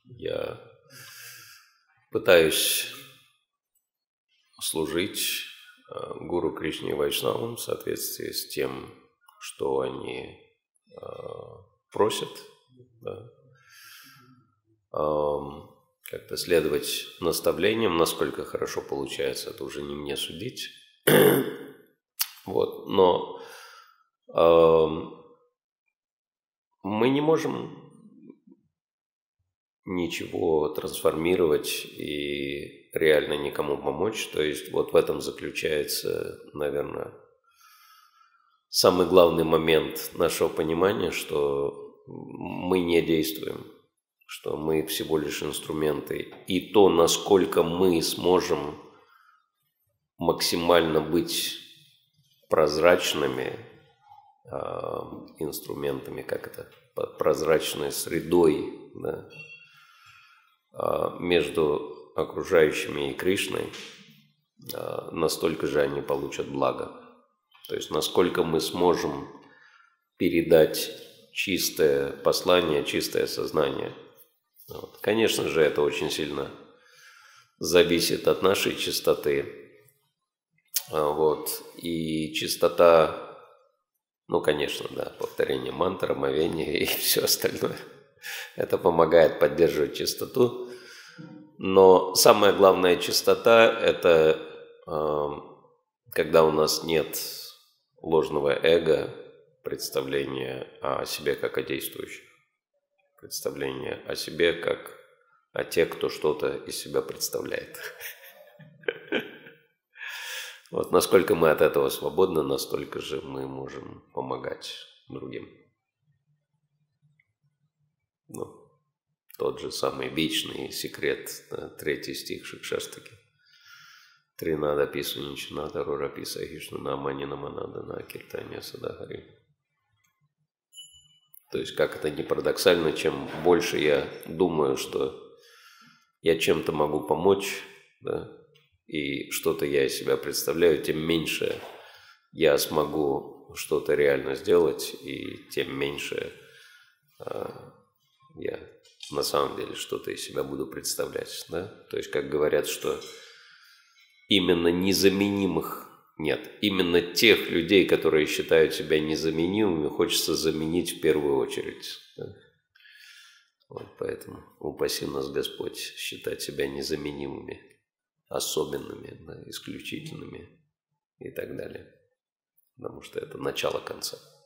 Я пытаюсь служить гуру Кришне и Вайшнавам в соответствии с тем, что они просят, да. Как-то следовать наставлениям, насколько хорошо получается, это уже не мне судить. Вот, но мы не можем ничего трансформировать и реально никому помочь. То есть вот в этом заключается, наверное, самый главный момент нашего понимания, что мы не действуем, что мы всего лишь инструменты. И то, насколько мы сможем максимально быть прозрачными инструментами, как это, прозрачной средой, да, между окружающими и Кришной, настолько же они получат благо. То есть насколько мы сможем передать чистое послание, чистое сознание. Вот. Конечно же, это очень сильно зависит от нашей чистоты. Вот. И чистота, ну, конечно, да, повторение мантр, омовение и все остальное. Это помогает поддерживать чистоту. Но самая главная чистота – это когда у нас нет ложного эго, представления о себе как о действующих, представление о себе как о тех, кто что-то из себя представляет. Вот насколько мы от этого свободны, настолько же мы можем помогать другим. Ну, тот же самый вечный секрет, 3 стих Шикшаштаки. Тринада пису ничната рора писа хишну намани наманада на киртания садагари. То есть, как это не парадоксально, чем больше я думаю, что я чем-то могу помочь, да, и что-то я из себя представляю, тем меньше я смогу что-то реально сделать, и тем меньше я на самом деле что-то из себя буду представлять. Да? То есть, как говорят, что именно незаменимых нет. Именно тех людей, которые считают себя незаменимыми, хочется заменить в первую очередь. Да? Вот поэтому упаси нас Господь считать себя незаменимыми, особенными, да, исключительными и так далее. Потому что это начало конца.